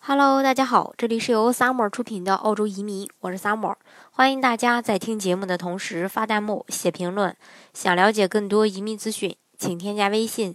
Hello，大家好，这里是由 Summer 出品的澳洲移民，我是 Summer，欢迎大家在听节目的同时发弹幕、写评论。想了解更多移民资讯，请添加微信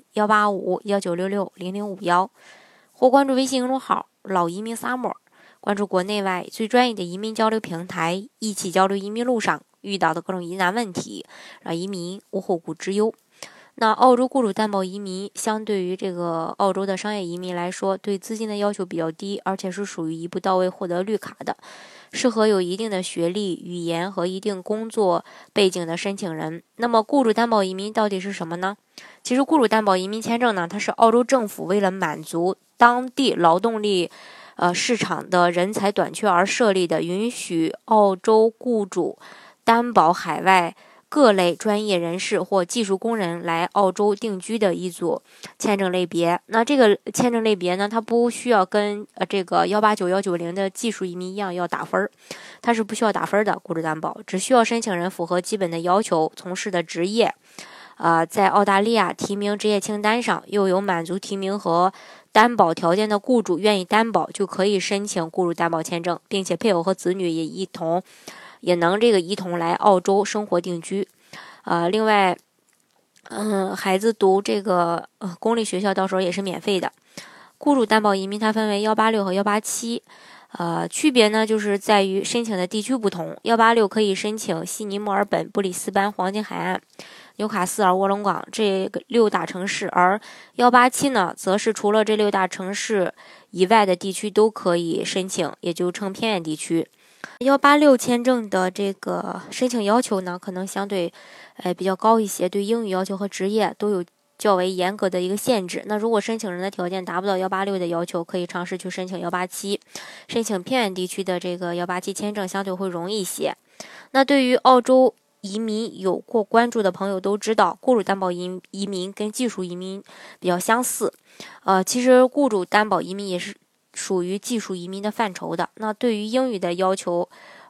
18519660051，或关注微信公众号老移民 Summer， 关注国内外最专业的移民交流平台，一起交流移民路上遇到的各种疑难问题，让移民无后顾之忧。那澳洲雇主担保移民相对于这个澳洲的商业移民来说，对资金的要求比较低，而且是属于一步到位获得绿卡的，适合有一定的学历、语言和一定工作背景的申请人。那么雇主担保移民到底是什么呢？其实雇主担保移民签证呢，它是澳洲政府为了满足当地劳动力市场的人才短缺而设立的，允许澳洲雇主担保海外各类专业人士或技术工人来澳洲定居的一组签证类别。那这个签证类别呢，它不需要跟这个189、190的技术移民一样要打分，它是不需要打分的。雇主担保只需要申请人符合基本的要求，从事的职业在澳大利亚提名职业清单上又有满足提名和担保条件的雇主愿意担保，就可以申请雇主担保签证，并且配偶和子女也能一同来澳洲生活定居。另外，孩子读这个公立学校到时候也是免费的。雇主担保移民它分为186和187，区别呢就是在于申请的地区不同。186可以申请悉尼、墨尔本、布里斯班、黄金海岸、纽卡斯尔、卧龙岗这个6大城市，而187呢，则是除了这6大城市以外的地区都可以申请，也就称偏远地区。186签证的这个申请要求呢，可能相对比较高一些，对英语要求和职业都有较为严格的一个限制。那如果申请人的条件达不到186的要求，可以尝试去申请187。申请偏远地区的这个187签证相对会容易一些。那对于澳洲移民有过关注的朋友都知道，雇主担保移民跟技术移民比较相似。其实雇主担保移民也是属于技术移民的范畴的。那对于英语的要求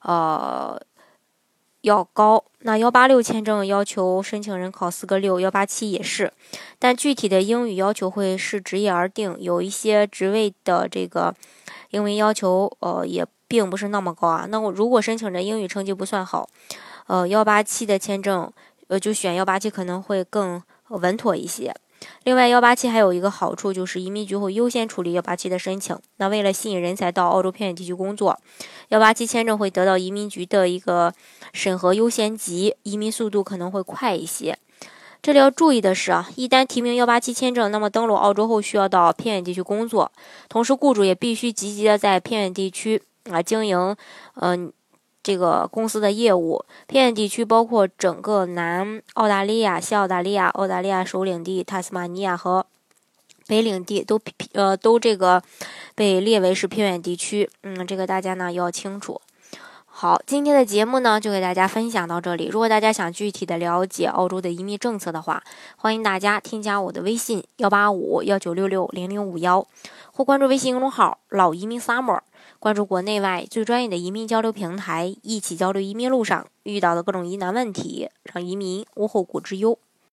要高。那186签证要求申请人考4个6，187也是，但具体的英语要求会视职业而定，有一些职位的这个英文要求也并不是那么高啊。那如果申请人英语成绩不算好，187的签证就选187可能会更稳妥一些。另外187还有一个好处，就是移民局会优先处理187的申请。那为了吸引人才到澳洲偏远地区工作，187签证会得到移民局的一个审核优先级，移民速度可能会快一些。这里要注意的是一旦提名187签证，那么登陆澳洲后需要到偏远地区工作，同时雇主也必须积极的在偏远地区经营这个公司的业务。偏远地区包括整个南澳大利亚、西澳大利亚、澳大利亚首领地塔斯马尼亚和北领地都这个被列为是偏远地区。这个大家呢要清楚。好，今天的节目呢就给大家分享到这里。如果大家想具体的了解澳洲的移民政策的话，欢迎大家添加我的微信18519660051，或关注微信公众号老移民 Summer， 关注国内外最专业的移民交流平台，一起交流移民路上遇到的各种疑难问题，让移民无后顾之忧。